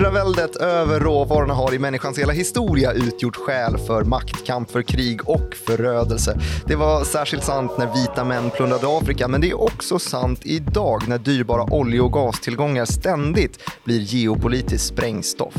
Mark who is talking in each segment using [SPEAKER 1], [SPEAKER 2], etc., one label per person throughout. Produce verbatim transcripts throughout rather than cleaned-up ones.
[SPEAKER 1] Herraväldet över råvarorna har i människans hela historia utgjort skäl för maktkamp, för krig och förödelse. Det var särskilt sant när vita män plundrade Afrika, men det är också sant idag när dyrbara olje- och gastillgångar ständigt blir geopolitiskt sprängstoff.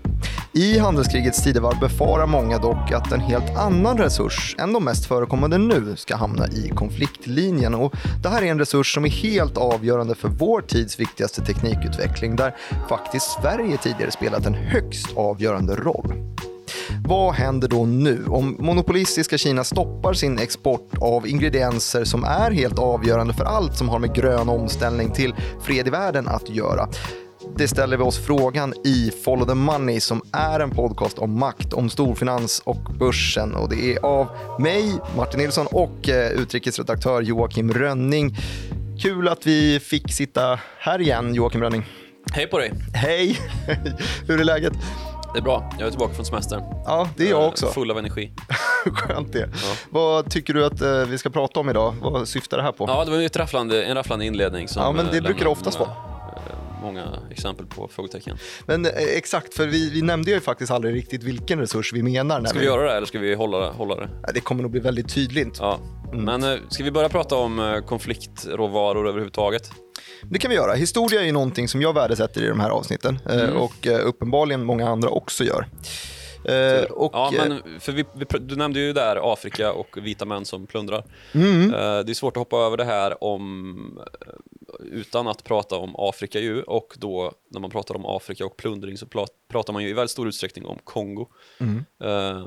[SPEAKER 1] I handelskrigets tidevarv befarar många dock att en helt annan resurs än de mest förekommande nu ska hamna i konfliktlinjen. Och det här är en resurs som är helt avgörande för vår tids viktigaste teknikutveckling, där faktiskt Sverige tidigare spelat en högst avgörande roll. Vad händer då nu om monopolistiska Kina stoppar sin export av ingredienser som är helt avgörande för allt som har med grön omställning till fred i världen att göra? Det ställer vi oss frågan i Follow the Money, som är en podcast om makt, om storfinans och börsen. Och det är av mig, Martin Nilsson, och eh, utrikesredaktör Joakim Rönning. Kul att vi fick sitta här igen, Joakim Rönning.
[SPEAKER 2] Hej på dig.
[SPEAKER 1] Hej, hur är läget?
[SPEAKER 2] Det är bra, jag är tillbaka från semestern.
[SPEAKER 1] Ja, det är jag också.
[SPEAKER 2] Full av energi.
[SPEAKER 1] Skönt det.
[SPEAKER 2] Ja.
[SPEAKER 1] Vad tycker du att eh, vi ska prata om idag? Vad syftar det här på?
[SPEAKER 2] Ja, det var ju ett rafflande, en rafflande inledning. Som
[SPEAKER 1] ja, men det brukar det oftast
[SPEAKER 2] många,
[SPEAKER 1] vara.
[SPEAKER 2] Många exempel på frågetecken.
[SPEAKER 1] Men eh, exakt, för vi, vi nämnde ju faktiskt aldrig riktigt vilken resurs vi menar. När
[SPEAKER 2] ska
[SPEAKER 1] vi
[SPEAKER 2] vi göra det eller ska vi hålla, hålla det?
[SPEAKER 1] Det kommer nog bli väldigt tydligt.
[SPEAKER 2] Ja. Mm. Men eh, ska vi börja prata om eh, konfliktråvaror överhuvudtaget?
[SPEAKER 1] Det kan vi göra. Historia är ju någonting som jag värdesätter i de här avsnitten. Mm. eh, och eh, uppenbarligen många andra också gör.
[SPEAKER 2] Uh, och, ja, men för vi, vi, du nämnde ju där Afrika och vita män som plundrar.
[SPEAKER 1] Mm.
[SPEAKER 2] Uh, det är svårt att hoppa över det här om, utan att prata om Afrika ju. Och då när man pratar om Afrika och plundring så pratar man ju i väldigt stor utsträckning om Kongo.
[SPEAKER 1] Mm.
[SPEAKER 2] Uh,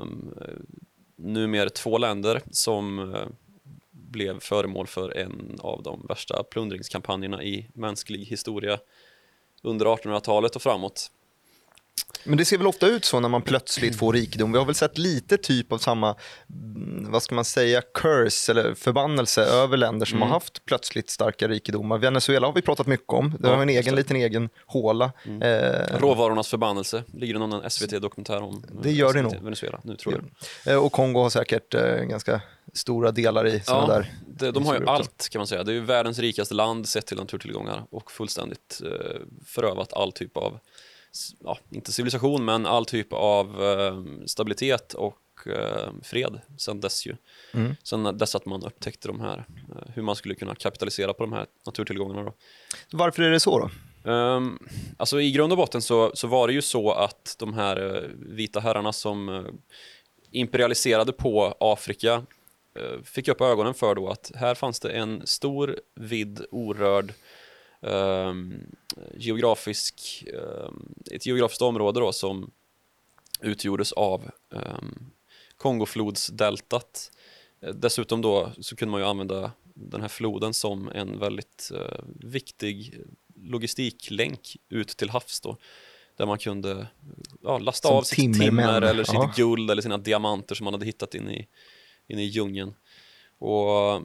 [SPEAKER 2] numera två länder som uh, blev föremål för en av de värsta plundringskampanjerna i mänsklig historia under artonhundratalet och framåt.
[SPEAKER 1] Men det ser väl ofta ut så när man plötsligt får rikedom. Vi har väl sett lite typ av samma, vad ska man säga, curse eller förbannelse över länder som mm. har haft plötsligt starka rikedomar. Venezuela har vi pratat mycket om. Det har ja, en egen så. liten egen håla.
[SPEAKER 2] Mm. Eh, Råvarornas förbannelse. Ligger det någon S V T-dokumentär om
[SPEAKER 1] det gör det nog.
[SPEAKER 2] Venezuela nu, tror
[SPEAKER 1] jag. Eh, och Kongo har säkert eh, ganska stora delar i sådana
[SPEAKER 2] ja,
[SPEAKER 1] där.
[SPEAKER 2] Det, de har ju allt, kan man säga. Det är ju världens rikaste land sett till naturtillgångar och fullständigt eh, förövat all typ av, ja, inte civilisation, men all typ av eh, stabilitet och eh, fred sen dess ju. Mm. Sen dess att man upptäckte de här, eh, hur man skulle kunna kapitalisera på de här naturtillgångarna då.
[SPEAKER 1] Varför är det så då?
[SPEAKER 2] Um, alltså i grund och botten så, så var det ju så att de här eh, vita herrarna som eh, imperialiserade på Afrika eh, fick upp ögonen för då att här fanns det en stor, vidd, orörd Um, geografisk um, ett geografiskt område då som utgjordes av um, Kongoflodsdeltat. Dessutom då så kunde man ju använda den här floden som en väldigt uh, viktig logistiklänk ut till havs då, där man kunde ja, lasta som av sitt timmer eller sitt ja. guld eller sina diamanter som man hade hittat in i, in i djungeln. Och uh,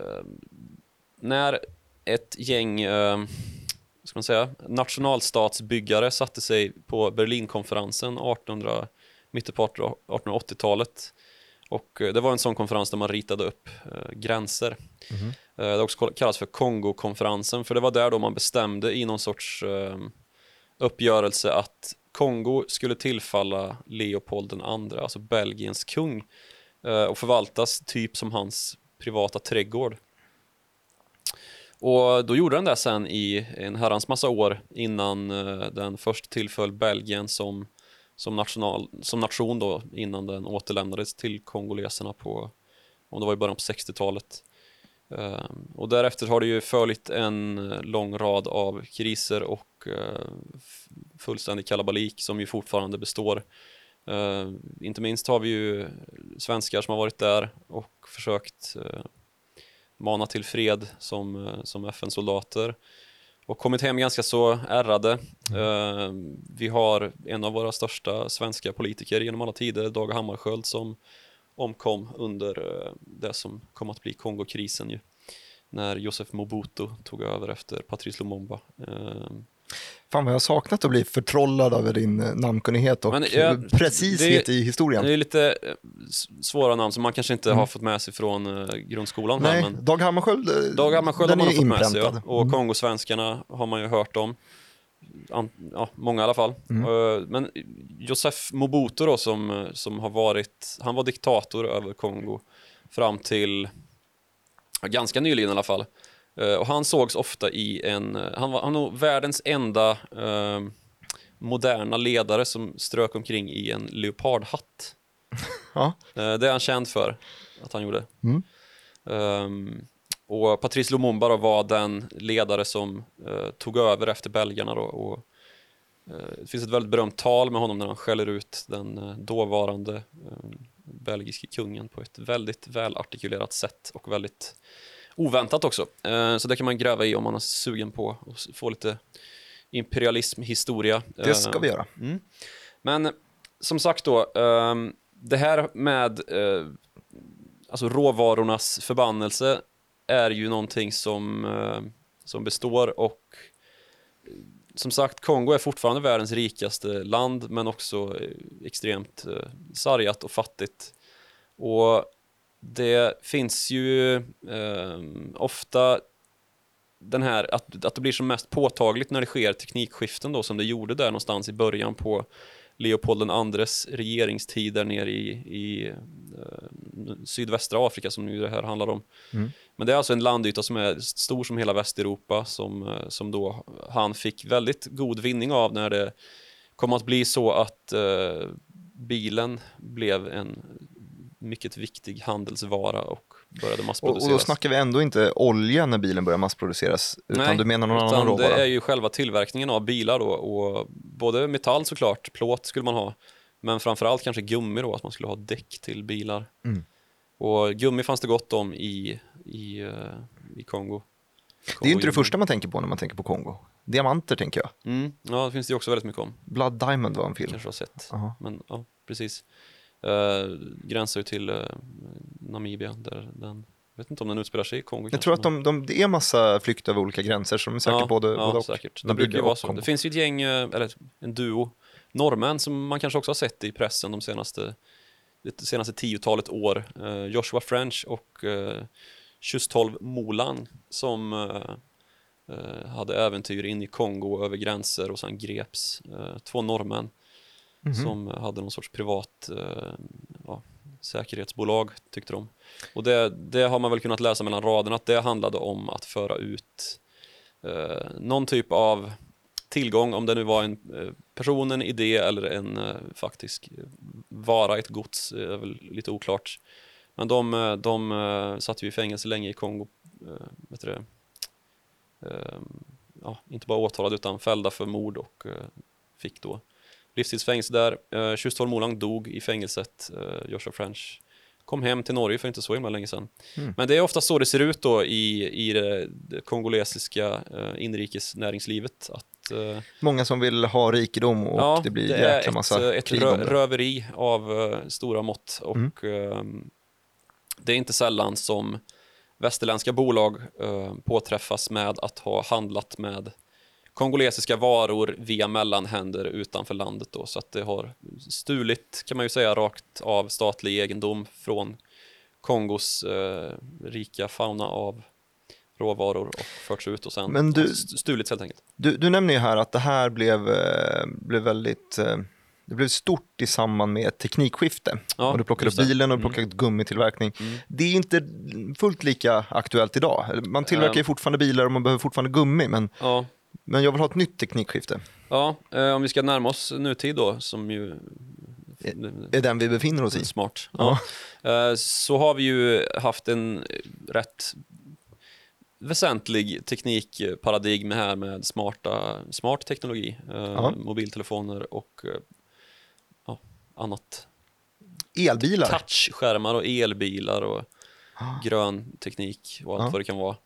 [SPEAKER 2] när ett gäng eh, ska man säga, nationalstatsbyggare satte sig på Berlinkonferensen artonhundra, mitten på artonhundraåttiotalet. Och eh, det var en sån konferens där man ritade upp eh, gränser. Mm-hmm. Eh, det också kallas för Kongo-konferensen, för det var där då man bestämde i någon sorts eh, uppgörelse att Kongo skulle tillfalla Leopold den andre, alltså Belgiens kung, eh, och förvaltas typ som hans privata trädgård. Och då gjorde den det sen i en herrans massa år innan uh, den först tillföll Belgien som, som, national, som nation då, innan den återlämnades till kongoleserna på, om det var i början på sextiotalet. Uh, och därefter har det ju följt en lång rad av kriser och uh, fullständig kalabalik som ju fortfarande består. Uh, inte minst har vi ju svenskar som har varit där och försökt uh, mana till fred som, som F N-soldater och kommit hem ganska så ärrade. Uh, vi har en av våra största svenska politiker genom alla tider, Dag Hammarskjöld, som omkom under uh, det som kom att bli Kongokrisen ju, när Joseph Mobutu tog över efter Patrice Lumumba. Uh,
[SPEAKER 1] Fan vad jag har saknat att bli förtrollad över din namnkunnighet och jag, precishet det, i historien.
[SPEAKER 2] Det är lite svåra namn som man kanske inte mm. har fått med sig från uh, grundskolan.
[SPEAKER 1] Nej,
[SPEAKER 2] här, men
[SPEAKER 1] Dag Hammarskjöld,
[SPEAKER 2] Dag Hammarskjöld har man fått med sig. Ja. Och
[SPEAKER 1] mm.
[SPEAKER 2] Kongosvenskarna har man ju hört om. an, ja, många i alla fall.
[SPEAKER 1] Mm.
[SPEAKER 2] Uh, men Joseph Mobutu då, som, som har varit, han var diktator över Kongo fram till ja, ganska nyligen i alla fall. Uh, och han sågs ofta i en, han var, han var världens enda uh, moderna ledare som strök omkring i en leopardhatt.
[SPEAKER 1] Ja.
[SPEAKER 2] Uh, det är han känd för att han gjorde.
[SPEAKER 1] Mm.
[SPEAKER 2] Um, och Patrice Lumumba då var den ledare som uh, tog över efter belgarna då, och uh, det finns ett väldigt berömt tal med honom när han skäller ut den uh, dåvarande uh, belgiske kungen på ett väldigt välartikulerat sätt och väldigt oväntat också. Uh, så det kan man gräva i om man är sugen på att få lite imperialism, historia.
[SPEAKER 1] Det ska vi göra.
[SPEAKER 2] Uh, mm. Men som sagt då, um, det här med uh, alltså råvarornas förbannelse är ju någonting som, eh, som består, och som sagt, Kongo är fortfarande världens rikaste land, men också eh, extremt eh, sargat och fattigt. Och det finns ju eh, ofta den här, att, att det blir som mest påtagligt när det sker teknikskiften då, som det gjorde där någonstans i början på Leopold den andres regeringstid där nere i, i uh, sydvästra Afrika, som nu det här handlar om. Mm. Men det är alltså en landyta som är stor som hela Västeuropa, som, uh, som då han fick väldigt god vinning av när det kom att bli så att uh, bilen blev en mycket viktig handelsvara och började massproduceras.
[SPEAKER 1] Och, och då snackar vi ändå inte olja när bilen börjar massproduceras, utan
[SPEAKER 2] Nej,
[SPEAKER 1] du menar någon
[SPEAKER 2] utan
[SPEAKER 1] annan råvara?
[SPEAKER 2] Det är ju själva tillverkningen av bilar då, och både metall såklart, plåt skulle man ha, men framförallt kanske gummi då, att man skulle ha däck till bilar. Mm. Och gummi fanns det gott om i, i, uh, i Kongo.
[SPEAKER 1] Det är ju inte det första man tänker på när man tänker på Kongo. Diamanter tänker jag.
[SPEAKER 2] Mm, ja, det finns det också väldigt mycket om.
[SPEAKER 1] Blood Diamond var en film.
[SPEAKER 2] Kanske har sett,
[SPEAKER 1] uh-huh.
[SPEAKER 2] men ja, precis. Uh, gränsar ju till uh, Namibia där den, jag vet inte om den utspelar sig i Kongo.
[SPEAKER 1] Jag
[SPEAKER 2] kanske,
[SPEAKER 1] tror att de, de, det är massa flykt över olika gränser, som är säkert
[SPEAKER 2] ja,
[SPEAKER 1] både,
[SPEAKER 2] ja,
[SPEAKER 1] både och.
[SPEAKER 2] Säkert. Det brukar ju vara så. Det finns ju ett gäng, eller en duo norrmän som man kanske också har sett i pressen de senaste, det senaste tiotalet år. Uh, Joshua French och uh, Tjustolv Molan som uh, uh, hade äventyr in i Kongo över gränser och sen greps. Uh, två norrmän. Mm-hmm. Som hade någon sorts privat eh, ja, säkerhetsbolag, tyckte de. Och det, det har man väl kunnat läsa mellan raderna, att det handlade om att föra ut eh, någon typ av tillgång, om det nu var en eh, person, en idé eller en eh, faktisk vara, ett gods, är väl lite oklart. Men de, de eh, satt ju i fängelse länge i Kongo, eh, vet du det? Eh, ja, inte bara åtalade utan fällda för mord och eh, fick då livstidsfängelse där. Uh, Tjustolv Molang dog i fängelset. Uh, Joshua French kom hem till Norge för inte så himla länge sedan. Mm. Men det är ofta så det ser ut då i, i det, det kongolesiska uh, inrikesnäringslivet. Att, uh,
[SPEAKER 1] många som vill ha rikedom och
[SPEAKER 2] ja,
[SPEAKER 1] det blir
[SPEAKER 2] det
[SPEAKER 1] jäkla
[SPEAKER 2] är
[SPEAKER 1] massa
[SPEAKER 2] ett,
[SPEAKER 1] krig
[SPEAKER 2] ett
[SPEAKER 1] om det.
[SPEAKER 2] röveri av uh, stora mått. Och mm. uh, det är inte sällan som västerländska bolag uh, påträffas med att ha handlat med kongolesiska varor via mellanhänder utanför landet då, så att det har stulit, kan man ju säga, rakt av statlig egendom från Kongos eh, rika fauna av råvaror och förts ut och sen
[SPEAKER 1] Men du,
[SPEAKER 2] stulits helt enkelt.
[SPEAKER 1] Du, du nämner ju här att det här blev, eh, blev väldigt eh, det blev stort i samband med ett teknikskifte.
[SPEAKER 2] Ja,
[SPEAKER 1] och du plockade upp bilen och du plockade mm. gummitillverkning. Mm. Det är inte fullt lika aktuellt idag. Man tillverkar ju um, fortfarande bilar och man behöver fortfarande gummi, men
[SPEAKER 2] ja.
[SPEAKER 1] Men jag vill ha ett nytt teknikskifte.
[SPEAKER 2] Ja, eh, om vi ska närma oss nutid då, som ju
[SPEAKER 1] är, är den vi befinner oss i.
[SPEAKER 2] Smart. Ja. Ja. Eh, så har vi ju haft en rätt väsentlig teknikparadigm här med smarta, smart teknologi, eh, ja. mobiltelefoner och eh, ja, annat.
[SPEAKER 1] Elbilar.
[SPEAKER 2] Touchskärmar och elbilar och ah. grön teknik och allt ja. vad det kan vara.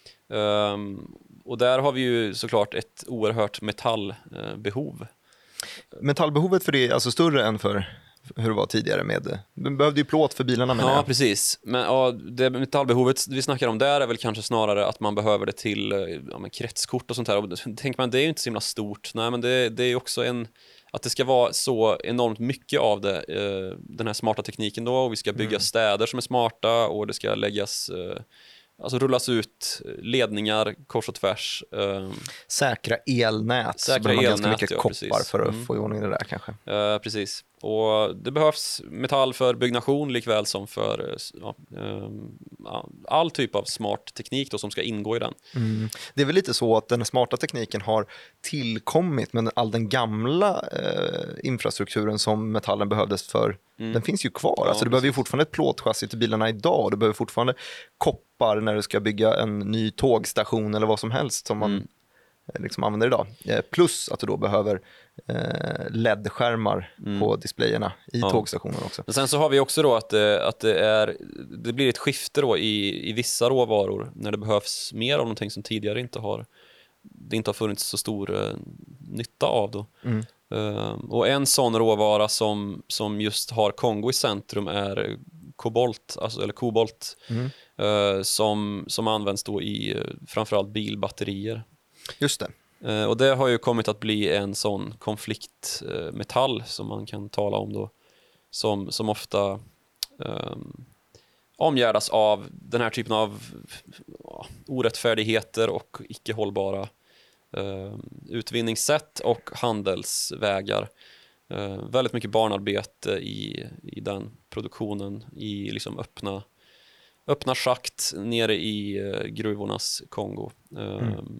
[SPEAKER 2] Um, och där har vi ju såklart ett oerhört metallbehov.
[SPEAKER 1] Metallbehovet för det är alltså större än för hur det var tidigare med, man behövde ju plåt för bilarna med.
[SPEAKER 2] Ja, precis. Men ja, det metallbehovet vi snackar om där är väl kanske snarare att man behöver det till ja, men kretskort och sånt här. Och tänker man, det är ju inte så himla stort. Nej, men det, det är också en, att det ska vara så enormt mycket av det, eh, den här smarta tekniken då, och vi ska bygga mm. städer som är smarta och det ska läggas eh, alltså rullas ut ledningar kors och tvärs. Eh,
[SPEAKER 1] säkra elnät.
[SPEAKER 2] Säkra
[SPEAKER 1] så behöver man
[SPEAKER 2] elnät,
[SPEAKER 1] ganska mycket
[SPEAKER 2] ja,
[SPEAKER 1] koppar
[SPEAKER 2] precis.
[SPEAKER 1] för att
[SPEAKER 2] Mm.
[SPEAKER 1] få igång det där kanske.
[SPEAKER 2] Eh, precis. Och det behövs metall för byggnation likväl som för ja, eh, all typ av smart teknik då som ska ingå i den.
[SPEAKER 1] Mm. Det är väl lite så att den smarta tekniken har tillkommit, men all den gamla eh, infrastrukturen som metallen behövdes för, mm. den finns ju kvar.
[SPEAKER 2] Ja,
[SPEAKER 1] alltså, du behöver ju fortfarande ett plåtchassi till bilarna idag. Du behöver fortfarande koppar när du ska bygga en ny tågstation eller vad som helst som man mm. liksom använder idag. Eh, plus att du då behöver eh, L E D-skärmar mm. på displayerna i ja. tågstationen också.
[SPEAKER 2] Men sen så har vi också då att, att det, är, det blir ett skifte då i, i vissa råvaror när det behövs mer av någonting som tidigare inte har det inte har funnits så stor eh, nytta av då. Mm. Uh, och en sån råvara som, som just har Kongo i centrum är kobolt, alltså, eller kobolt mm. uh, som, som används då i uh, framförallt bilbatterier.
[SPEAKER 1] Just det.
[SPEAKER 2] Uh, och det har ju kommit att bli en sån konfliktmetall uh, som man kan tala om då, som, som ofta um, omgärdas av den här typen av uh, orättfärdigheter och icke hållbara Uh, utvinningssätt och handelsvägar. Uh, väldigt mycket barnarbete i, i den produktionen, i liksom öppna, öppna schakt nere i uh, gruvornas Kongo. Uh, mm.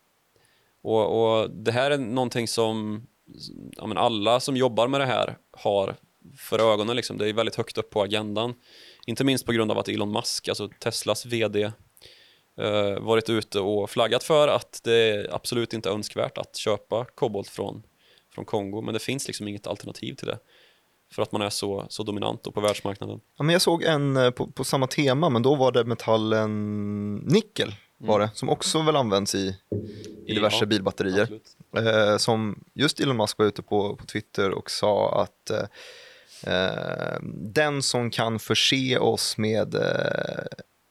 [SPEAKER 2] och, och det här är någonting som ja, men alla som jobbar med det här har för ögonen. Liksom. Det är väldigt högt upp på agendan. Inte minst på grund av att Elon Musk, alltså Teslas vd, Uh, varit ute och flaggat för att det absolut inte är önskvärt att köpa kobolt från, från Kongo, men det finns liksom inget alternativ till det för att man är så, så dominant då på världsmarknaden.
[SPEAKER 1] Ja, men jag såg en på, på samma tema, men då var det metallen nickel var det, mm. som också väl används i, i diverse ja, bilbatterier. Uh, som just Elon Musk var ute på, på Twitter och sa att uh, den som kan förse oss med uh,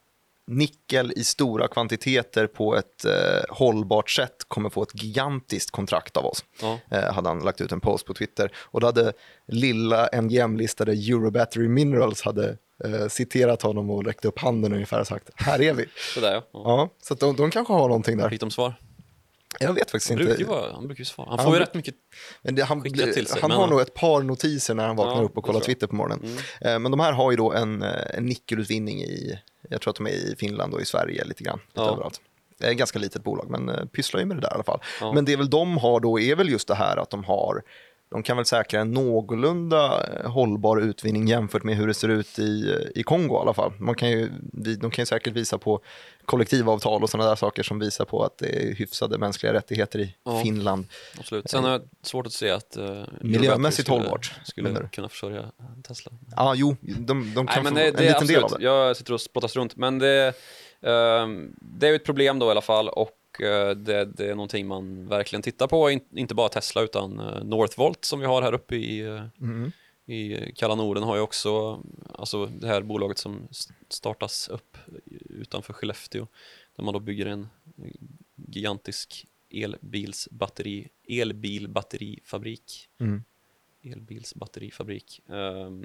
[SPEAKER 1] nickel i stora kvantiteter på ett eh, hållbart sätt kommer få ett gigantiskt kontrakt av oss. Ja. Eh, hade han lagt ut en post på Twitter. Och då hade lilla N G M-listade Eurobattery Minerals hade eh, citerat honom och räckt upp handen ungefär och sagt, här är vi.
[SPEAKER 2] Så där, ja. Ja.
[SPEAKER 1] Ja, så att de, de kanske har någonting där.
[SPEAKER 2] Fick de svar?
[SPEAKER 1] Jag vet faktiskt
[SPEAKER 2] han
[SPEAKER 1] inte.
[SPEAKER 2] Brukar vara, han brukar ju svara. Han får han, ju rätt mycket
[SPEAKER 1] men det, han,
[SPEAKER 2] skickat till sig.
[SPEAKER 1] Han
[SPEAKER 2] men...
[SPEAKER 1] har nog ett par notiser när han vaknar
[SPEAKER 2] ja,
[SPEAKER 1] upp och kollar Twitter på morgonen. Mm. Eh, men de här har ju då en, en nickelutvinning i, jag tror att de är i Finland och i Sverige lite grann. Lite
[SPEAKER 2] ja.
[SPEAKER 1] överallt. Det är ett ganska litet bolag, men eh, pysslar ju med det där i alla fall.
[SPEAKER 2] Ja.
[SPEAKER 1] Men det är väl de har då är väl just det här att de har de kan väl säkra en någorlunda hållbar utvinning jämfört med hur det ser ut i, i Kongo i alla fall. Man kan ju, de kan ju säkert visa på kollektivavtal och sådana där saker som visar på att det är hyfsade mänskliga rättigheter i ja, Finland.
[SPEAKER 2] Absolut. Sen är det svårt att se att uh,
[SPEAKER 1] miljömässigt
[SPEAKER 2] skulle,
[SPEAKER 1] hållbart
[SPEAKER 2] skulle kunna försörja Tesla.
[SPEAKER 1] Ja, ah, jo, de, de kan
[SPEAKER 2] Nej,
[SPEAKER 1] få
[SPEAKER 2] det,
[SPEAKER 1] en
[SPEAKER 2] det
[SPEAKER 1] liten
[SPEAKER 2] absolut.
[SPEAKER 1] del av det.
[SPEAKER 2] Jag sitter och spottas runt, men det, uh, det är ju ett problem då i alla fall, och Det, det är någonting man verkligen tittar på, In, inte bara Tesla utan uh, Northvolt som vi har här uppe i, uh, mm. i kalla Norden har ju också, alltså det här bolaget som startas upp utanför Skellefteå där man då bygger en gigantisk elbilsbatteri, elbilbatterifabrik mm. elbilsbatterifabrik um,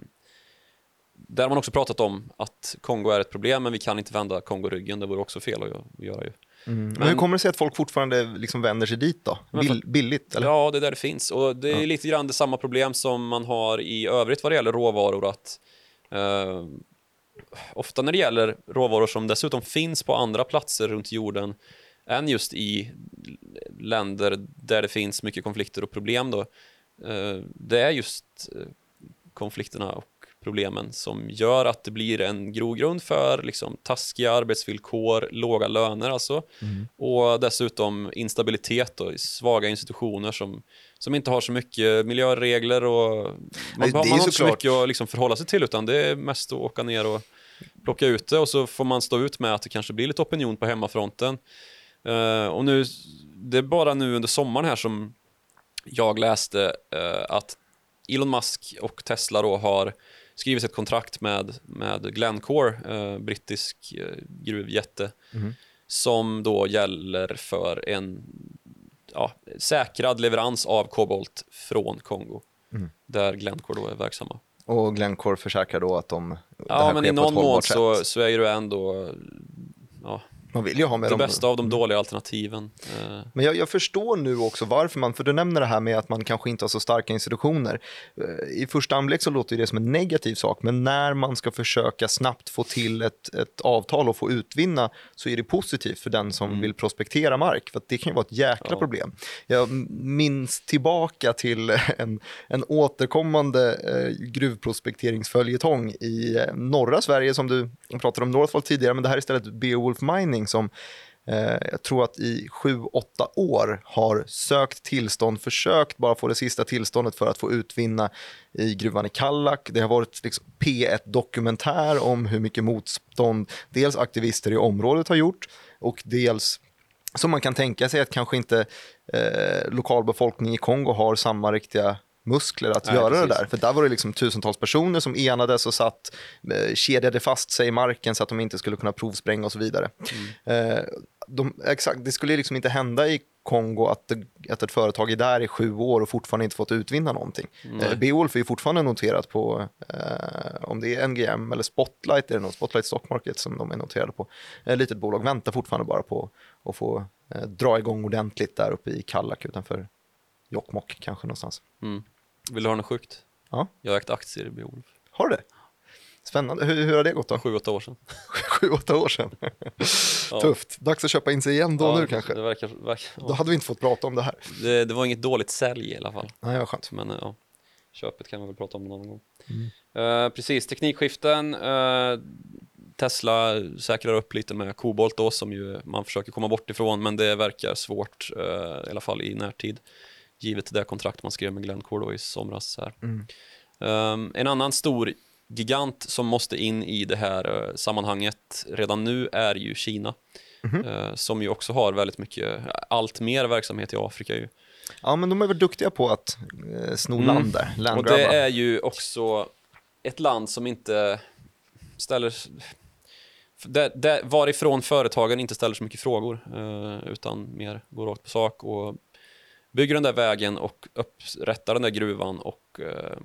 [SPEAKER 2] där har man också pratat om att Kongo är ett problem, men vi kan inte vända Kongo ryggen, det vore också fel att göra ju.
[SPEAKER 1] Mm. Men, men hur kommer det sig att folk fortfarande liksom vänder sig dit då? Bill, billigt? Eller?
[SPEAKER 2] Ja, det är där det finns. Och det är ja. lite grann det samma problem som man har i övrigt vad det gäller råvaror. Att, eh, ofta när det gäller råvaror som dessutom finns på andra platser runt jorden än just i länder där det finns mycket konflikter och problem då. Eh, det är just eh, konflikterna och problemen som gör att det blir en grogrund för liksom taskiga arbetsvillkor, låga löner alltså, mm. och dessutom instabilitet och svaga institutioner som, som inte har så mycket miljöregler och man, man har inte så mycket att liksom förhålla sig till, utan det är mest att åka ner och plocka ut det, och så får man stå ut med att det kanske blir lite opinion på hemmafronten. Uh, och nu, det är bara nu under sommaren här som jag läste uh, att Elon Musk och Tesla då har skrivit ett kontrakt med, med Glencore, eh, brittisk eh, gruvjätte, mm. som då gäller för en ja, säkrad leverans av kobolt från Kongo, mm. där Glencore då är verksamma. Och
[SPEAKER 1] Glencore försäkrar då att de
[SPEAKER 2] ja, men i någon mån så, så är det ändå ja,
[SPEAKER 1] Man vill ju ha med
[SPEAKER 2] det
[SPEAKER 1] dem.
[SPEAKER 2] bästa av de dåliga alternativen.
[SPEAKER 1] Men jag, jag förstår nu också varför man, för du nämner det här med att man kanske inte har så starka institutioner. I första anblick så låter det som en negativ sak, men när man ska försöka snabbt få till ett, ett avtal och få utvinna, så är det positivt för den som mm. vill prospektera mark, för att det kan ju vara ett jäkla ja. problem. Jag minns tillbaka till en, en återkommande eh, gruvprospekteringsföljetong i eh, norra Sverige, som du pratade om Northvolt tidigare, men det här är istället Beowulf Mining som eh, jag tror att i sju åtta år har sökt tillstånd, försökt bara få det sista tillståndet för att få utvinna i gruvan i Kallak. Det har varit liksom P ett-dokumentär om hur mycket motstånd dels aktivister i området har gjort, och dels som man kan tänka sig att kanske inte eh, lokalbefolkning i Kongo har samma riktiga muskler att Nej, göra precis. det där. För där var det liksom tusentals personer som enades och satt, eh, kedjade fast sig i marken så att de inte skulle kunna provspränga och så vidare. Mm. Eh, de, exakt, det skulle liksom inte hända i Kongo att, det, att ett företag är där i sju år och fortfarande inte fått utvinna någonting. Eh, Beowulf är ju fortfarande noterat på, eh, om det är N G M eller Spotlight, är det någon Spotlight Stock Market som de är noterade på. Ett litet bolag väntar fortfarande bara på att få eh, dra igång ordentligt där uppe i Kallak utanför Jokkmokk kanske någonstans.
[SPEAKER 2] Mm. Vill du ha något sjukt?
[SPEAKER 1] Ja.
[SPEAKER 2] Jag har ägt aktier i Beowulf.
[SPEAKER 1] Har du det? Spännande. Hur, hur har det gått då?
[SPEAKER 2] Sju, åtta år sedan.
[SPEAKER 1] Sju, åtta år sedan. Ja. Tufft. Dags att köpa in sig igen då ja, nu kanske.
[SPEAKER 2] Det verkar, verkar, ja.
[SPEAKER 1] Då hade vi inte fått prata om det här.
[SPEAKER 2] Det, det var inget dåligt sälj i alla fall.
[SPEAKER 1] Nej, vad skönt.
[SPEAKER 2] Men ja, köpet kan vi väl prata om någon gång. Mm. Uh, precis, teknikskiften. Uh, Tesla säkrar upp lite med kobolt då, som ju man försöker komma bort ifrån, men det verkar svårt, uh, i alla fall i närtid. Givet det kontrakt man skrev med Glencore då i somras här. Mm. Um, en annan stor gigant som måste in i det här uh, sammanhanget redan nu är ju Kina. Mm. Uh, som ju också har väldigt mycket, allt mer verksamhet i Afrika ju.
[SPEAKER 1] Ja, men de är väl duktiga på att uh, sno mm. land där.
[SPEAKER 2] Och det är ju också ett land som inte ställer... Där, där, varifrån företagen inte ställer så mycket frågor, uh, utan mer går rakt på sak och bygger den där vägen och upprättar den där gruvan och uh,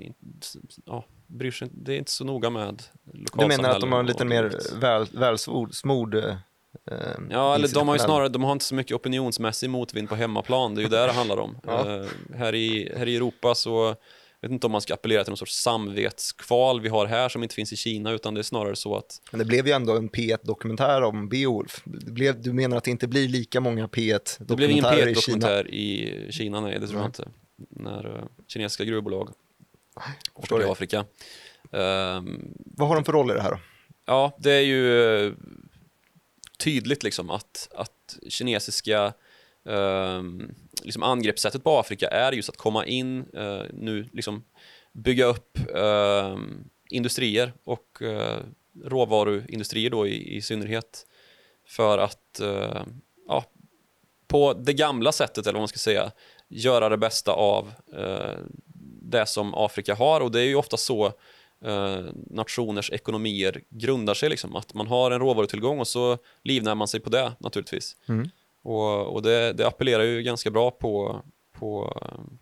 [SPEAKER 2] ja, bryr sig. Det är inte så noga med lokalsamhällen.
[SPEAKER 1] Du menar att de har en lite mer väl, välsmord uh,
[SPEAKER 2] ja, eller de har ju snarare, de har inte så mycket opinionsmässig motvind på hemmaplan. Det är ju där det handlar om. Ja. uh, här, i, här i Europa så jag vet inte om man ska appellera till någon sorts samvetskval vi har här som inte finns i Kina, utan det är snarare så att...
[SPEAKER 1] Men det blev ju ändå en P ett-dokumentär om Beowulf. Det blev, du menar att det inte blir lika många P ett-dokumentärer i Kina?
[SPEAKER 2] Det blev ingen P ett-dokumentär i Kina, nej, det tror jag inte. När uh, kinesiska gruvbolag åker i Afrika. Um,
[SPEAKER 1] Vad har de för roll i det här då?
[SPEAKER 2] Ja, det är ju uh, tydligt liksom att, att kinesiska... Um, liksom angreppssättet på Afrika är just att komma in uh, nu liksom bygga upp uh, industrier och uh, råvaruindustrier då i, i synnerhet för att uh, ja, på det gamla sättet eller vad man ska säga göra det bästa av uh, det som Afrika har, och det är ju ofta så uh, nationers ekonomier grundar sig liksom, att man har en råvarutillgång och så livnär man sig på det naturligtvis. Mm. Och, och det, det appellerar ju ganska bra på, på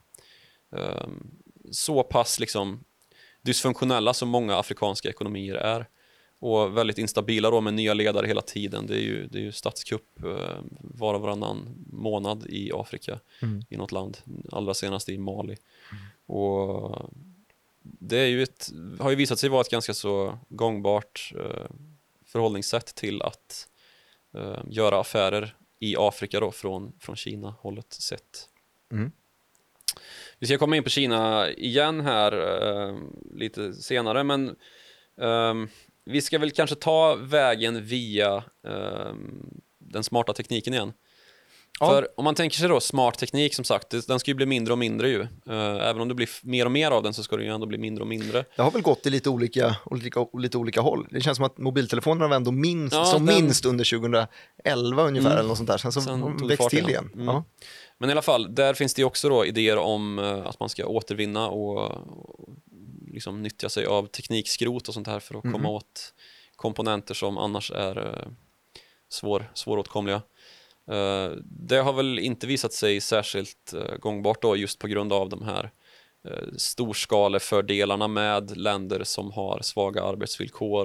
[SPEAKER 2] um, så pass liksom dysfunktionella som många afrikanska ekonomier är. Och väldigt instabila då med nya ledare hela tiden. Det är ju, det är ju statskupp uh, var och varannan månad i Afrika mm. i något land. Allra senast i Mali. Mm. Och det är ju ett, har ju visat sig vara ett ganska så gångbart uh, förhållningssätt till att uh, göra affärer i Afrika då, från, från Kina-hållet sett. Mm. Vi ska komma in på Kina igen här uh, lite senare, men um, vi ska väl kanske ta vägen via um, den smarta tekniken igen. Ja. För om man tänker sig då smart teknik, som sagt, den ska ju bli mindre och mindre ju. Uh, även om det blir mer och mer av den så ska det ju ändå bli mindre och mindre.
[SPEAKER 1] Det har väl gått i lite olika, olika, lite olika håll. Det känns som att mobiltelefonerna var ändå minst, ja, som den... minst under tjugoelva ungefär mm. eller något sånt där. Sen så Sen växt till igen. Mm. Ja.
[SPEAKER 2] Men i alla fall, där finns det också då idéer om uh, att man ska återvinna och, och liksom nyttja sig av teknikskrot och sånt här för att mm. komma åt komponenter som annars är uh, svår, svåråtkomliga. Uh, det har väl inte visat sig särskilt uh, gångbart då, just på grund av de här uh, storskalefördelarna med länder som har svaga arbetsvillkor och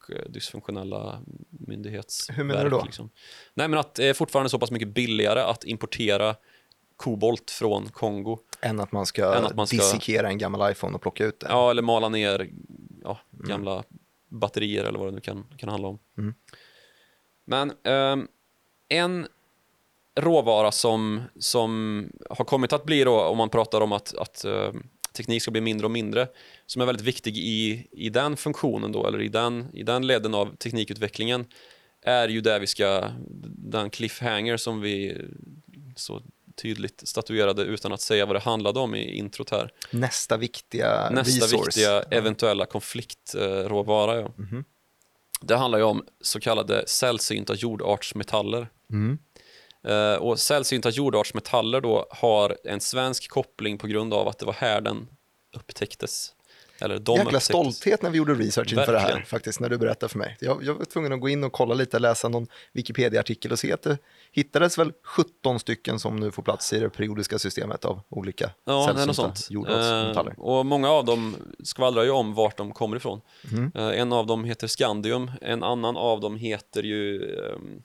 [SPEAKER 2] eh, dysfunktionella myndighetsverk.
[SPEAKER 1] Hur menar du då?
[SPEAKER 2] Liksom. Nej, men att det är fortfarande så pass mycket billigare att importera kobolt från Kongo.
[SPEAKER 1] Än att man ska,
[SPEAKER 2] Än att man ska
[SPEAKER 1] dissekera en gammal iPhone och plocka ut den.
[SPEAKER 2] Ja, eller mala ner ja, gamla mm. batterier eller vad det nu kan, kan handla om.
[SPEAKER 1] Mm.
[SPEAKER 2] Men eh, en råvara som, som har kommit att bli då, om man pratar om att, att uh, teknik ska bli mindre och mindre, som är väldigt viktig i, i den funktionen då, eller i den, i den leden av teknikutvecklingen, är ju där vi ska, den cliffhanger som vi så tydligt statuerade utan att säga vad det handlade om i introt här.
[SPEAKER 1] Nästa viktiga
[SPEAKER 2] Nästa
[SPEAKER 1] resource.
[SPEAKER 2] viktiga eventuella konfliktråvara, ja.
[SPEAKER 1] Mm-hmm.
[SPEAKER 2] Det handlar ju om så kallade sällsynta jordartsmetaller.
[SPEAKER 1] Mm.
[SPEAKER 2] Uh, och sällsynta jordartsmetaller då har en svensk koppling på grund av att det var här den upptäcktes. Eller de
[SPEAKER 1] Jäkla
[SPEAKER 2] upptäcktes.
[SPEAKER 1] Stolthet när vi gjorde research inför det här,
[SPEAKER 2] Verkligen.
[SPEAKER 1] faktiskt, när du berättade för mig. Jag, jag var tvungen att gå in och kolla lite, läsa någon Wikipedia-artikel och se att det hittades väl sjutton stycken som nu får plats i det periodiska systemet av olika
[SPEAKER 2] Ja, det är något
[SPEAKER 1] sällsynta
[SPEAKER 2] sånt.
[SPEAKER 1] jordartsmetaller.
[SPEAKER 2] Uh, och många av dem skvallrar ju om vart de kommer ifrån.
[SPEAKER 1] Mm.
[SPEAKER 2] Uh, en av dem heter scandium, en annan av dem heter ju... Um,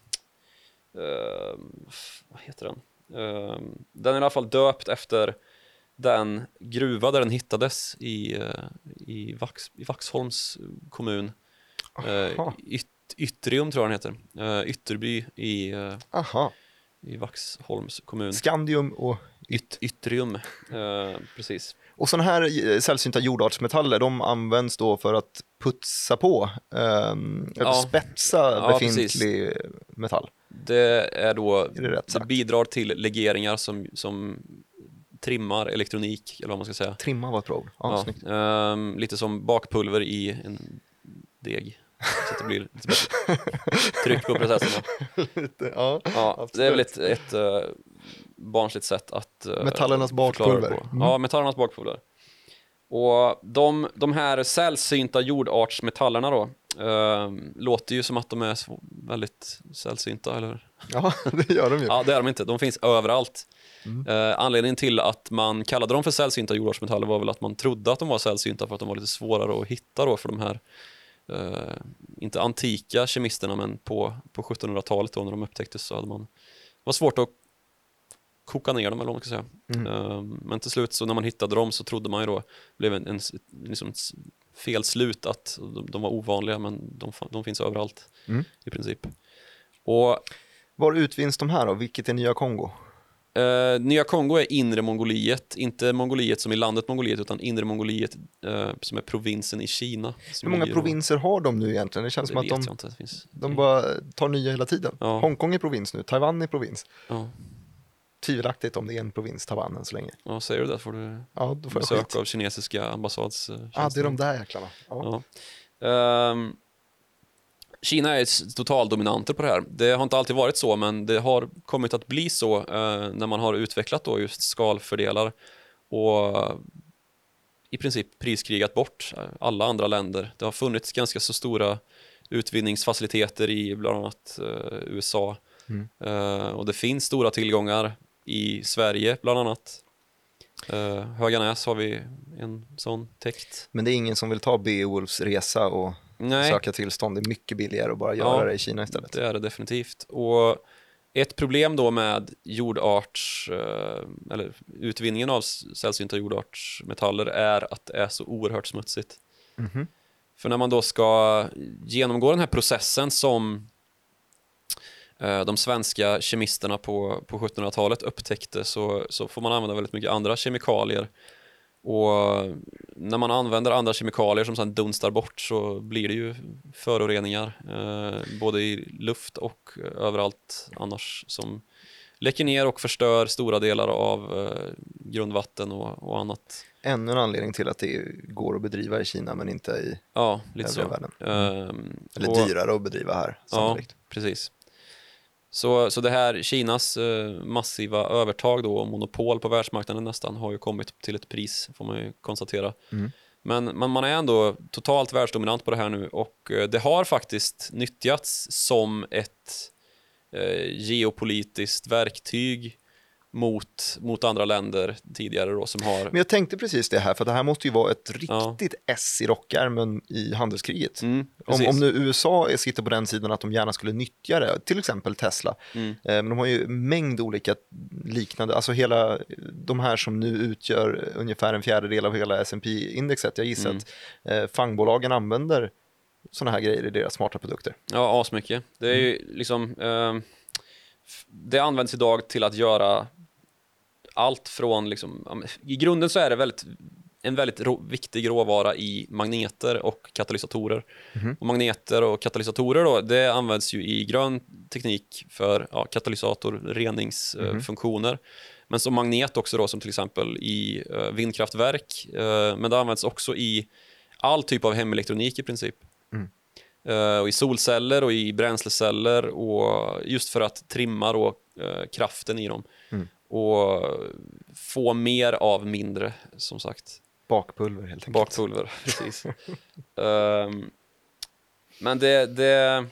[SPEAKER 2] uh, vad heter den? Uh, den är i alla fall döpt efter den gruva där den hittades i, uh, i, Vax, i Vaxholms kommun. Uh, yt, Yttrium tror jag den heter. Uh, Ytterby i, uh,
[SPEAKER 1] Aha.
[SPEAKER 2] i Vaxholms kommun.
[SPEAKER 1] Scandium och
[SPEAKER 2] Yt, yttrium, uh, precis.
[SPEAKER 1] Och sådana här sällsynta jordartsmetaller, de används då för att putsa på, um, eller
[SPEAKER 2] Ja.
[SPEAKER 1] spetsa
[SPEAKER 2] Ja,
[SPEAKER 1] befintlig
[SPEAKER 2] precis.
[SPEAKER 1] metall.
[SPEAKER 2] Det är då,
[SPEAKER 1] Är det rätt
[SPEAKER 2] det
[SPEAKER 1] sagt?
[SPEAKER 2] bidrar till legeringar som, som trimmar elektronik, eller vad man ska säga.
[SPEAKER 1] Trimma var ett bra ord. Ja,
[SPEAKER 2] Ja,
[SPEAKER 1] snyggt.
[SPEAKER 2] ehm, lite som bakpulver i en deg. Så att det blir lite bättre tryck på processerna.
[SPEAKER 1] Lite, ja,
[SPEAKER 2] Ja, det är väl ett, ett uh, barnsligt sätt att uh,
[SPEAKER 1] Metallernas
[SPEAKER 2] förklara det
[SPEAKER 1] bakpulver.
[SPEAKER 2] på.
[SPEAKER 1] Mm.
[SPEAKER 2] Ja, metallernas bakpulver. Och de, de här sällsynta jordartsmetallerna då, uh, låter ju som att de är så väldigt sällsynta, eller?
[SPEAKER 1] Ja, det gör de ju.
[SPEAKER 2] Ja, det är de inte. De finns överallt.
[SPEAKER 1] Mm.
[SPEAKER 2] Uh, anledningen till att man kallade dem för sällsynta jordartsmetaller var väl att man trodde att de var sällsynta för att de var lite svårare att hitta då för de här Uh, inte antika kemisterna, men på, på sjuttonhundratalet då när de upptäcktes så hade man, det var svårt att koka ner dem, eller vad man ska säga.
[SPEAKER 1] Mm.
[SPEAKER 2] Uh, men till slut så när man hittade dem så trodde man ju då, blev en, en, liksom ett fel slut att de, de var ovanliga, men de, de finns överallt
[SPEAKER 1] Mm.
[SPEAKER 2] i princip. Och
[SPEAKER 1] Var utvinns de här då? Vilket är Nya Kongo?
[SPEAKER 2] Uh, Nya Kongo är inre Mongoliet, inte Mongoliet som i landet Mongoliet, utan inre Mongoliet uh, som är provinsen i Kina.
[SPEAKER 1] Hur många
[SPEAKER 2] ligger
[SPEAKER 1] provinser har de nu egentligen? Det känns
[SPEAKER 2] Det
[SPEAKER 1] som att
[SPEAKER 2] vet
[SPEAKER 1] de,
[SPEAKER 2] jag inte. Det finns...
[SPEAKER 1] de bara tar nya hela tiden.
[SPEAKER 2] Ja.
[SPEAKER 1] Hongkong är provins nu, Taiwan är provins.
[SPEAKER 2] Ja.
[SPEAKER 1] Tvivelaktigt om det är en provins, Taiwan än så länge.
[SPEAKER 2] Ja, säger du det får du
[SPEAKER 1] Ja, då får jag
[SPEAKER 2] besök
[SPEAKER 1] skit.
[SPEAKER 2] av kinesiska ambassads uh,
[SPEAKER 1] Ja, ah, det är de där jäklarna. Ja.
[SPEAKER 2] Ja. Um, Kina är s- totaldominanter på det här. Det har inte alltid varit så, men det har kommit att bli så uh, när man har utvecklat då just skalfördelar och uh, i princip priskrigat bort alla andra länder. Det har funnits ganska så stora utvinningsfaciliteter i bland annat uh, U S A.
[SPEAKER 1] Mm.
[SPEAKER 2] Uh, och det finns stora tillgångar i Sverige bland annat. Uh, Höganäs har vi en sån täckt.
[SPEAKER 1] Men det är ingen som vill ta Beowulfs resa och
[SPEAKER 2] Nej.
[SPEAKER 1] söka tillstånd. Det är mycket billigare att bara göra
[SPEAKER 2] Ja,
[SPEAKER 1] det i Kina istället.
[SPEAKER 2] Det är det definitivt. Och ett problem då med jordarts eh, eller utvinningen av sällsynta jordartsmetaller är att det är så oerhört smutsigt.
[SPEAKER 1] Mhm.
[SPEAKER 2] För när man då ska genomgå den här processen som eh, de svenska kemisterna på, på sjuttonhundratalet upptäckte, så, så får man använda väldigt mycket andra kemikalier. Och när man använder andra kemikalier som sedan dunstar bort så blir det ju föroreningar eh, både i luft och överallt annars som läcker ner och förstör stora delar av eh, grundvatten och, och annat.
[SPEAKER 1] Ännu en anledning till att det går att bedriva i Kina men inte i
[SPEAKER 2] Ja, lite
[SPEAKER 1] övriga
[SPEAKER 2] så.
[SPEAKER 1] världen.
[SPEAKER 2] Ehm,
[SPEAKER 1] Eller
[SPEAKER 2] och-
[SPEAKER 1] dyrare att bedriva här,
[SPEAKER 2] Ja,
[SPEAKER 1] sannolikt.
[SPEAKER 2] precis. Så, så det här Kinas eh, massiva övertag då och monopol på världsmarknaden nästan har ju kommit till ett pris, får man ju konstatera.
[SPEAKER 1] Mm.
[SPEAKER 2] Men, men man är ändå totalt världsdominant på det här nu och eh, det har faktiskt nyttjats som ett eh, geopolitiskt verktyg mot, mot andra länder tidigare då, som har...
[SPEAKER 1] Men jag tänkte precis det här, för det här måste ju vara ett riktigt ja. S i rockärmen i handelskriget.
[SPEAKER 2] Mm,
[SPEAKER 1] om, om nu U S A sitter på den sidan att de gärna skulle nyttja det, till exempel Tesla. Mm. Eh, men de har ju mängd olika liknande, alltså hela de här som nu utgör ungefär en fjärdedel av hela S and P-indexet. Jag gissar mm. att eh, fangbolagen använder såna här grejer i deras smarta produkter.
[SPEAKER 2] Ja, asmycket. Det är ju mm. liksom... Eh, det används idag till att göra allt från liksom, i grunden så är det väldigt, en väldigt rå, viktig råvara i magneter och katalysatorer. Mm. Och magneter och katalysatorer då, det används ju i grön teknik för ja, katalysator, reningsfunktioner. Mm. Men som magnet också då, som till exempel i uh, vindkraftverk. Uh, men det används också i all typ av hemelektronik i princip. Mm. Uh, och i solceller och i bränsleceller, och just för att trimma då, uh, kraften i dem. Mm. Och få mer av mindre, som sagt.
[SPEAKER 1] Bakpulver helt enkelt.
[SPEAKER 2] Bakpulver, precis. um, men det, det,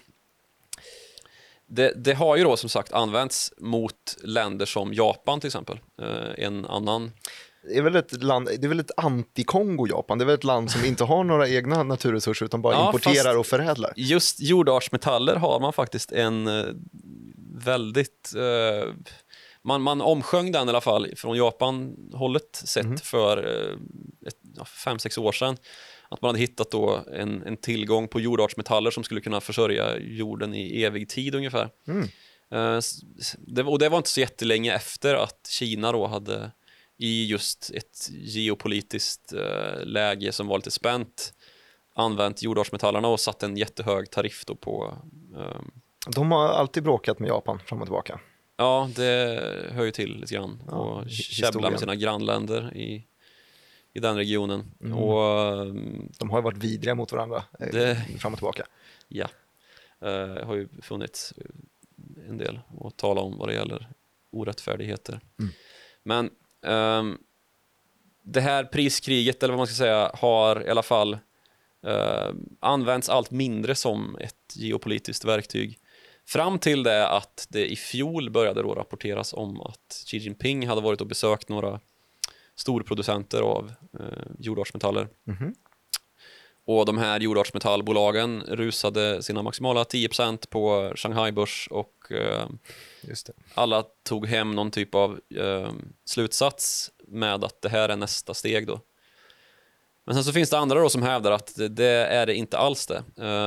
[SPEAKER 2] det, det har ju då som sagt använts mot länder som Japan till exempel. Uh, en annan...
[SPEAKER 1] Det är väl ett land, det är väl ett anti-Kongo Japan. Det är väl ett land som inte har några egna naturresurser utan bara ja, importerar och förädlar.
[SPEAKER 2] Just jordartsmetaller har man faktiskt en uh, väldigt... Uh, Man, man omsjöng den i alla fall från Japan-hållet sett mm. för ett, ja, fem, sex år sedan. Att man hade hittat då en, en tillgång på jordartsmetaller som skulle kunna försörja jorden i evig tid ungefär. Mm. Uh, det, och det var inte så jättelänge efter att Kina då hade i just ett geopolitiskt uh, läge som var lite spänt använt jordartsmetallerna och satt en jättehög tariff då på... Uh,
[SPEAKER 1] De har alltid bråkat med Japan fram och tillbaka.
[SPEAKER 2] Ja, det hör ju till lite grann. Ja, och käbbla med sina grannländer i, i den regionen. Mm. Och,
[SPEAKER 1] de har ju varit vidriga mot varandra det, fram och tillbaka.
[SPEAKER 2] Ja, uh, har ju funnits en del att tala om vad det gäller orättfärdigheter. Mm. Men um, det här priskriget, eller vad man ska säga, har i alla fall uh, använts allt mindre som ett geopolitiskt verktyg. Fram till det att det i fjol började då rapporteras om att Xi Jinping hade varit och besökt några storproducenter av eh, jordartsmetaller. Mm-hmm. Och de här jordartsmetallbolagen rusade sina maximala tio procent på Shanghai-börs och eh, Just det. alla tog hem någon typ av eh, slutsats med att det här är nästa steg då. Men sen så finns det andra då som hävdar att det är det inte alls det.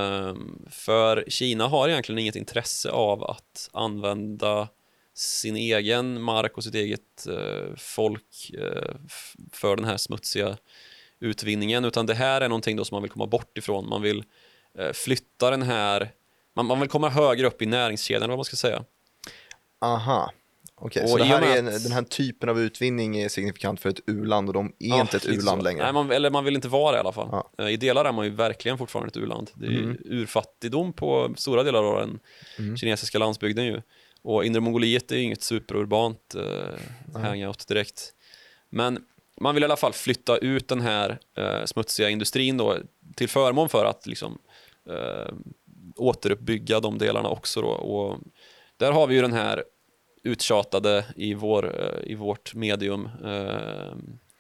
[SPEAKER 2] För Kina har egentligen inget intresse av att använda sin egen mark och sitt eget folk för den här smutsiga utvinningen. Utan det här är någonting då som man vill komma bort ifrån. Man vill flytta den här... Man vill komma högre upp i näringskedjan, vad man ska säga.
[SPEAKER 1] Aha. Okej, så det här är, den här typen av utvinning är signifikant för ett u-land och de är ja, inte ett u-land så. längre.
[SPEAKER 2] Nej, man, eller man vill inte vara det i alla fall. Ja. I delar är man ju verkligen fortfarande ett u-land. Det är mm. ju urfattigdom på stora delar av den mm. kinesiska landsbygden ju. Och Inre Mongoliet är ju inget superurbant eh, hangout direkt. Men man vill i alla fall flytta ut den här eh, smutsiga industrin då till förmån för att liksom eh, återuppbygga de delarna också då. Och där har vi ju den här uttjatade i, vår, i vårt medium eh,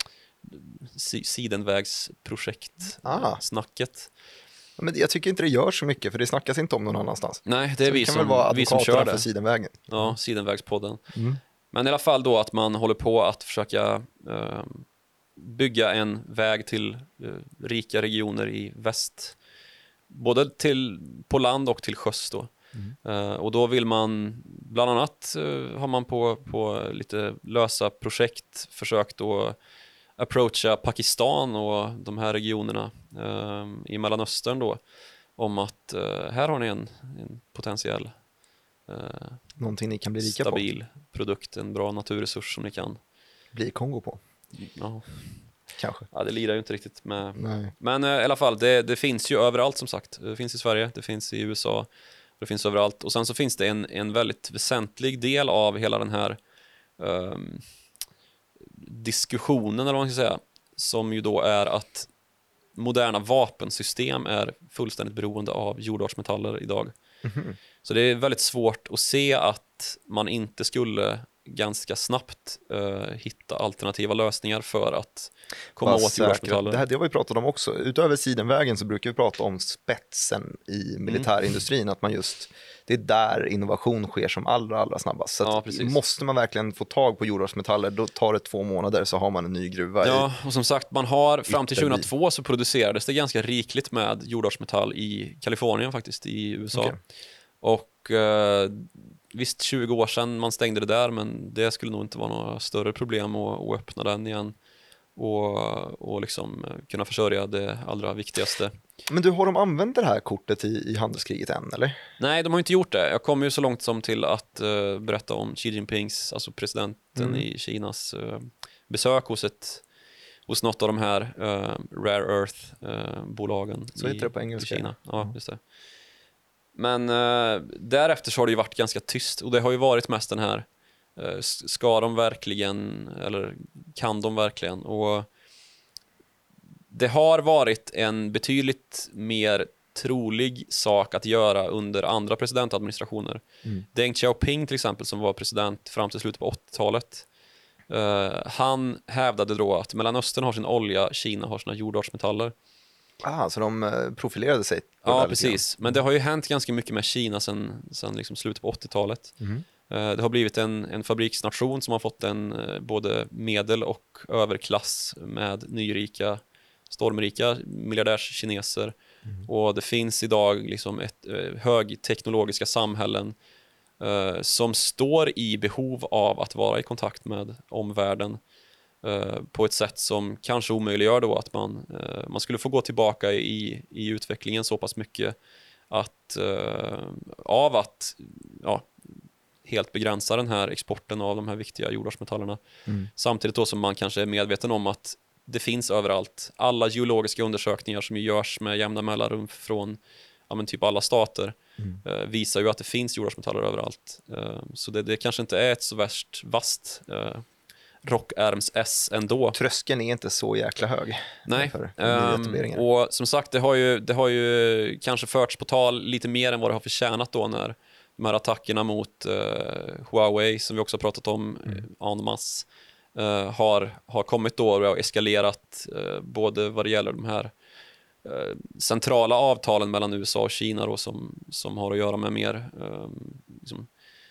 [SPEAKER 2] sidenvägsprojekt
[SPEAKER 1] ah.
[SPEAKER 2] snacket.
[SPEAKER 1] Men jag tycker inte det gör så mycket, för det snackas inte om någon annanstans.
[SPEAKER 2] Nej, det är
[SPEAKER 1] så
[SPEAKER 2] vi,
[SPEAKER 1] det kan
[SPEAKER 2] som,
[SPEAKER 1] väl vara
[SPEAKER 2] vi som kör det.
[SPEAKER 1] För sidenvägen.
[SPEAKER 2] Ja, sidenvägspodden.
[SPEAKER 1] Mm.
[SPEAKER 2] Men i alla fall då att man håller på att försöka eh, bygga en väg till eh, rika regioner i väst. Både till, på land och till sjöss då. Mm. Uh, och då vill man bland annat uh, har man på, på lite lösa projekt försökt att approacha Pakistan och de här regionerna uh, i Mellanöstern då, om att uh, här har ni en, en potentiell uh,
[SPEAKER 1] någonting ni kan bli rika
[SPEAKER 2] stabil på. Produkt, en bra naturresurs som ni kan
[SPEAKER 1] bli Kongo på.
[SPEAKER 2] Ja.
[SPEAKER 1] Kanske.
[SPEAKER 2] Ja, det lirar ju inte riktigt med.
[SPEAKER 1] Nej.
[SPEAKER 2] Men uh, i alla fall, det, det finns ju överallt som sagt. Det finns i Sverige, det finns i U S A. Det finns överallt. Och sen så finns det en, en väldigt väsentlig del av hela den här um, diskussionen, eller vad man ska säga, som ju då är att moderna vapensystem är fullständigt beroende av jordartsmetaller idag. Mm-hmm. Så det är väldigt svårt att se att man inte skulle ganska snabbt uh, hitta alternativa lösningar för att komma
[SPEAKER 1] Bara
[SPEAKER 2] åt jordartsmetaller.
[SPEAKER 1] Det här det har vi pratat om också. Utöver sidenvägen så brukar vi prata om spetsen i militärindustrin, mm. att man just, det är där innovation sker som allra, allra snabbast. Så
[SPEAKER 2] ja,
[SPEAKER 1] måste man verkligen få tag på jordartsmetaller, då tar det två månader så har man en ny gruva.
[SPEAKER 2] Ja, och som sagt, man har fram till tjugohundratvå så producerades det ganska rikligt med jordartsmetall i Kalifornien faktiskt, i U S A. Okay. Och eh, visst, tjugo år sedan man stängde det där, men det skulle nog inte vara några större problem att, att öppna den igen och, och liksom kunna försörja det allra viktigaste.
[SPEAKER 1] Men du, har de använt det här kortet i, i handelskriget än, eller?
[SPEAKER 2] Nej, de har inte gjort det. Jag kommer ju så långt som till att uh, berätta om Xi Jinpings, alltså presidenten mm. i Kinas uh, besök hos ett hos något av de här uh, Rare Earth-bolagen uh,
[SPEAKER 1] så
[SPEAKER 2] i,
[SPEAKER 1] heter det på engelska.
[SPEAKER 2] i Kina. Ja, just det. Men uh, därefter så har det ju varit ganska tyst, och det har ju varit mest den här uh, ska de verkligen, eller kan de verkligen? Och det har varit en betydligt mer trolig sak att göra under andra presidentadministrationer. Mm. Deng Xiaoping till exempel, som var president fram till slutet på åttiotalet, uh, han hävdade då att Mellanöstern har sin olja, Kina har sina jordartsmetaller.
[SPEAKER 1] Ah, så de profilerade sig.
[SPEAKER 2] Ja, precis. Men det har ju hänt ganska mycket med Kina sedan, sedan liksom slutet på åttiotalet. Mm. Uh, det har blivit en, en fabriksnation som har fått en uh, både medel- och överklass med nyrika, stormrika miljardärskineser. Mm. Och det finns idag liksom ett uh, högteknologiska samhällen uh, som står i behov av att vara i kontakt med omvärlden uh, på ett sätt som kanske omöjliggör då att man, uh, man skulle få gå tillbaka i, i utvecklingen så pass mycket att uh, av att ja, helt begränsa den här exporten av de här viktiga jordartsmetallerna. Mm. Samtidigt då som man kanske är medveten om att det finns överallt. Alla geologiska undersökningar som görs med jämna mellanrum från ja, men typ alla stater mm. eh, visar ju att det finns jordartsmetaller överallt. Eh, så det, det kanske inte är ett så värst vast eh, rockärms-S ändå.
[SPEAKER 1] Tröskeln är inte så jäkla hög.
[SPEAKER 2] Nej, um, och som sagt, det har, ju, det har ju kanske förts på tal lite mer än vad det har förtjänat då när de här attackerna mot uh, Huawei, som vi också har pratat om mm. en masse, uh, har, har kommit då och eskalerat uh, både vad det gäller de här uh, centrala avtalen mellan U S A och Kina då, som, som har att göra med mer um, liksom,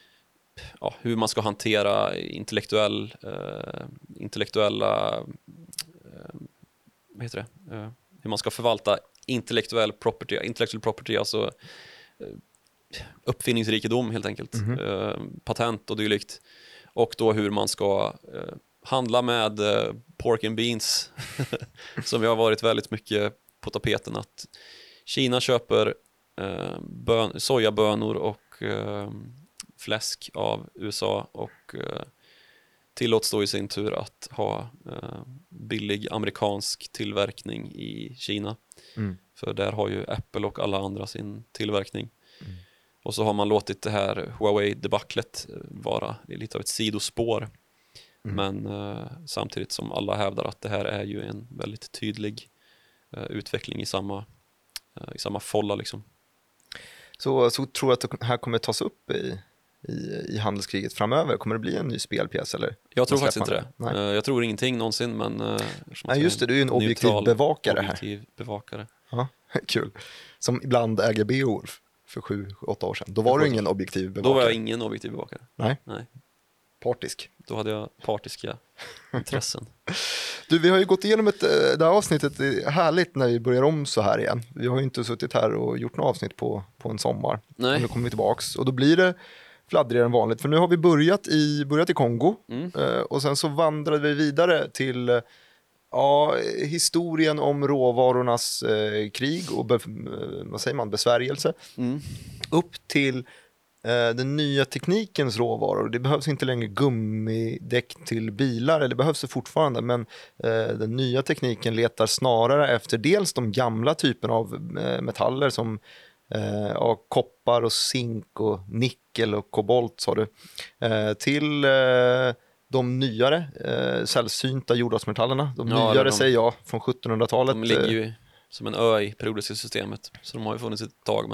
[SPEAKER 2] ja, hur man ska hantera intellektuell, uh, intellektuella uh, vad heter det? Uh, hur man ska förvalta intellektuell property, intellectual property, alltså uh, uppfinningsrikedom helt enkelt, mm-hmm. uh, patent och dylikt, och då hur man ska uh, handla med uh, pork and beans som vi har varit väldigt mycket på tapeten, att Kina köper uh, bön, sojabönor och uh, fläsk av U S A och uh, tillåts då i sin tur att ha uh, billig amerikansk tillverkning i Kina. Mm. För där har ju Apple och alla andra sin tillverkning. Mm. Och så har man låtit det här Huawei-debaclet vara lite av ett sidospår. Mm. Men uh, samtidigt som alla hävdar att det här är ju en väldigt tydlig uh, utveckling i samma, uh, i samma folla liksom.
[SPEAKER 1] Så, så tror du att det här kommer tas upp i, i, i handelskriget framöver? Kommer det bli en ny spelpjäs? Eller? Jag
[SPEAKER 2] tror faktiskt inte det. Nej. Uh, jag tror ingenting någonsin, men... Uh,
[SPEAKER 1] Nej, just det, du är ju en objektiv neutral, bevakare här.
[SPEAKER 2] Objektiv bevakare.
[SPEAKER 1] Ja, kul. Som ibland äger B O för sju, åtta år sedan. Då var du ingen objektiv bevakare.
[SPEAKER 2] Då var jag ingen objektiv bevakare.
[SPEAKER 1] Nej.
[SPEAKER 2] Nej.
[SPEAKER 1] Partisk.
[SPEAKER 2] Då hade jag partiska intressen.
[SPEAKER 1] Du, vi har ju gått igenom ett, det här avsnittet. Det är härligt när vi börjar om så här igen. Vi har ju inte suttit här och gjort något avsnitt på, på en sommar.
[SPEAKER 2] Nej.
[SPEAKER 1] Nu kommer vi tillbaks. Och då blir det fladdrigare än vanligt. För nu har vi börjat i, börjat i Kongo. Mm. Och sen så vandrade vi vidare till... Ja, historien om råvarornas eh, krig och be, vad säger man, besvärjelse. Mm. Upp till eh, den nya teknikens råvaror. Det behövs inte längre gummidäck till bilar, eller behövs det fortfarande, men eh, den nya tekniken letar snarare efter dels de gamla typerna av eh, metaller som eh, ja, koppar och zink och nickel och kobolt, sa du, eh, till eh, de nyare, eh, sällsynta jordartsmetallerna. De ja, nyare de, säger jag, från sjuttonhundratalet.
[SPEAKER 2] De ligger ju som en ö i periodiska systemet, så de har ju funnits ett tag. Men...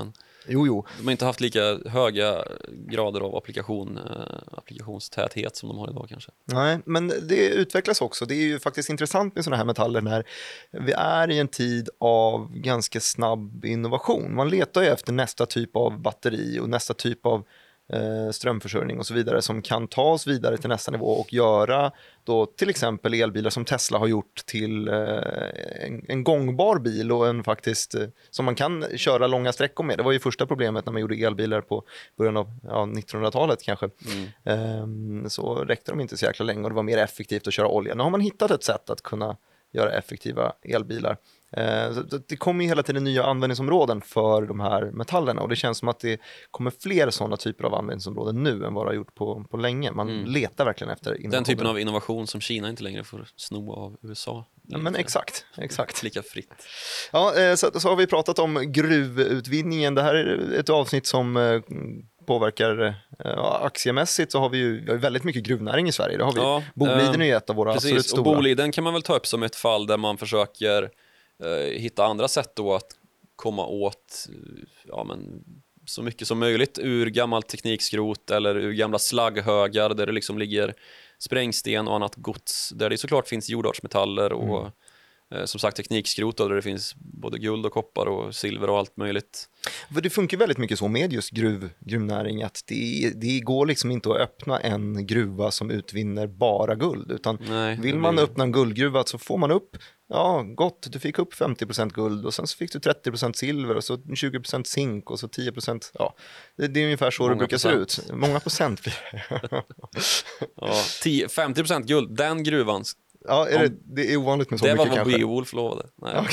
[SPEAKER 1] Jo, jo.
[SPEAKER 2] De har inte haft lika höga grader av applikation, eh, applikationstäthet som de har idag kanske.
[SPEAKER 1] Nej, men det utvecklas också. Det är ju faktiskt intressant med sådana här metaller när vi är i en tid av ganska snabb innovation. Man letar ju efter nästa typ av batteri och nästa typ av eh, strömförsörjning och så vidare som kan ta oss vidare till nästa nivå och göra då till exempel elbilar som Tesla har gjort till eh, en, en gångbar bil och en faktiskt eh, som man kan köra långa sträckor med. Det var ju första problemet när man gjorde elbilar på början av ja, nittonhundratalet kanske. Mm. Eh, så räckte de inte så jäkla länge och det var mer effektivt att köra olja. Nu har man hittat ett sätt att kunna göra effektiva elbilar. Eh, så det kommer ju hela tiden nya användningsområden för de här metallerna och det känns som att det kommer fler sådana typer av användningsområden nu än vad det har gjort på, på länge. Man mm. letar verkligen efter innovation.
[SPEAKER 2] Den typen av innovation som Kina inte längre får sno av U S A.
[SPEAKER 1] Ja, men exakt, exakt.
[SPEAKER 2] Lika fritt.
[SPEAKER 1] Ja, eh, så, så har vi pratat om gruvutvinningen. Det här är ett avsnitt som eh, påverkar eh, aktiemässigt så har vi ju vi har väldigt mycket gruvnäring i Sverige. Det har vi. Ja, Boliden är ju ett av våra precis, absolut stora.
[SPEAKER 2] Och Boliden kan man väl ta upp som ett fall där man försöker eh, hitta andra sätt då att komma åt ja, men, så mycket som möjligt ur gammalt teknikskrot eller ur gamla slagghögar där det liksom ligger sprängsten och annat gods där det såklart finns jordartsmetaller och mm. eh, som sagt teknikskrot där det finns både guld och koppar och silver och allt möjligt.
[SPEAKER 1] För det funkar väldigt mycket så med just gruv, gruvnäring att det, det går liksom inte att öppna en gruva som utvinner bara guld utan Nej, vill man blir... öppna en guldgruva så får man upp ja, gott, du fick upp femtio procent guld och sen så fick du trettio procent silver och så tjugo procent zink och så tio procent, ja, det, det är ungefär så Många det brukar procent. se ut. Många procent blir det.
[SPEAKER 2] ja, tio, femtio procent guld, den gruvan.
[SPEAKER 1] Ja, är det, det är ovanligt med så
[SPEAKER 2] det
[SPEAKER 1] mycket
[SPEAKER 2] kanske. Det var vad
[SPEAKER 1] Beowulf
[SPEAKER 2] lovade. Nej.
[SPEAKER 1] ja,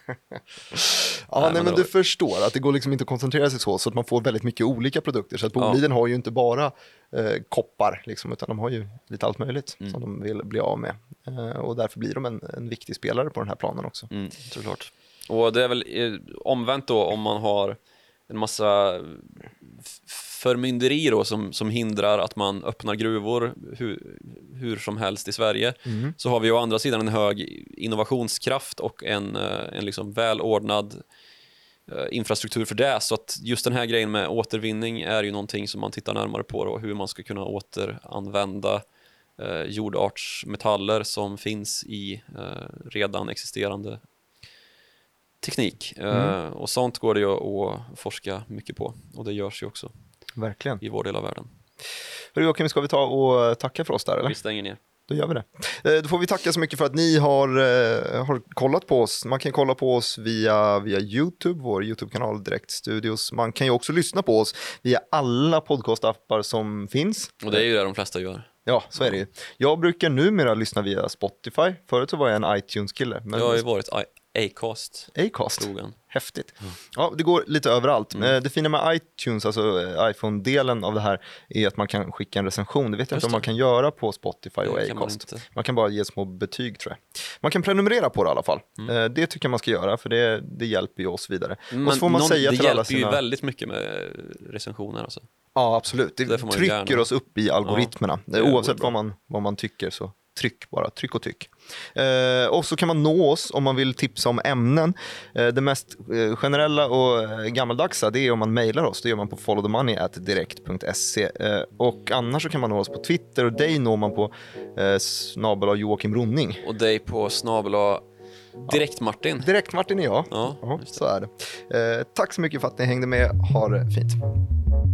[SPEAKER 1] nej, nej, men, men du var... förstår att det går liksom inte att koncentrera sig så så att man får väldigt mycket olika produkter. Så att Boliden ja. har ju inte bara eh, koppar liksom, utan de har ju lite allt möjligt mm. som de vill bli av med. Eh, och därför blir de en, en viktig spelare på den här planen också.
[SPEAKER 2] Mm, såklart. Och det är väl eh, omvänt då om man har en massa förmynderi då som, som hindrar att man öppnar gruvor hur, hur som helst i Sverige mm. så har vi å andra sidan en hög innovationskraft och en, en liksom välordnad infrastruktur för det, så att just den här grejen med återvinning är ju någonting som man tittar närmare på då, hur man ska kunna återanvända eh, jordartsmetaller som finns i eh, redan existerande teknik mm. uh, och sånt går det ju att forska mycket på och det görs ju också
[SPEAKER 1] verkligen
[SPEAKER 2] i vår del av världen.
[SPEAKER 1] Hörru Joakim, ska vi ta och tacka för oss där eller?
[SPEAKER 2] Vi stänger ner.
[SPEAKER 1] Då gör vi det. Då får vi tacka så mycket för att ni har, har kollat på oss. Man kan kolla på oss via, via YouTube, vår YouTube-kanal Direkt Studios. Man kan ju också lyssna på oss via alla podcastappar som finns.
[SPEAKER 2] Och det är ju det de flesta gör.
[SPEAKER 1] Ja, så är det ju. Jag brukar numera lyssna via Spotify. Förut så var jag en iTunes-kille. Men...
[SPEAKER 2] Jag har ju varit Acast.
[SPEAKER 1] Acast, Trogen. Häftigt. Mm. Ja, det går lite överallt. Mm. Det fina med iTunes, alltså iPhone-delen av det här, är att man kan skicka en recension. Det vet jag inte om man kan göra på Spotify och Acast. Man, man kan bara ge små betyg, tror jag. Man kan prenumerera på det i alla fall. Mm. Det tycker jag man ska göra, för det, det hjälper ju oss vidare. Men och så får man någon, säga
[SPEAKER 2] det
[SPEAKER 1] till alla sina...
[SPEAKER 2] hjälper ju väldigt mycket med recensioner. Alltså.
[SPEAKER 1] Ja, absolut. Det, det trycker gärna. oss upp i algoritmerna. Ja, Oavsett vad man, vad man tycker så tryck bara, tryck och tyck. Eh, och så kan man nå oss om man vill tipsa om ämnen. Eh, det mest eh, generella och eh, gammaldagsa, det är om man mejlar oss. Det gör man på follow the money at direkt punkt se. Eh, och annars så kan man nå oss på Twitter och dig når man på eh, snabel-a Joakim Ronning.
[SPEAKER 2] Och dig på snabel-a Direkt Martin.
[SPEAKER 1] Direkt Martin är jag.
[SPEAKER 2] Ja,
[SPEAKER 1] ja, så är det. Eh, tack så mycket för att ni hängde med. Ha det fint.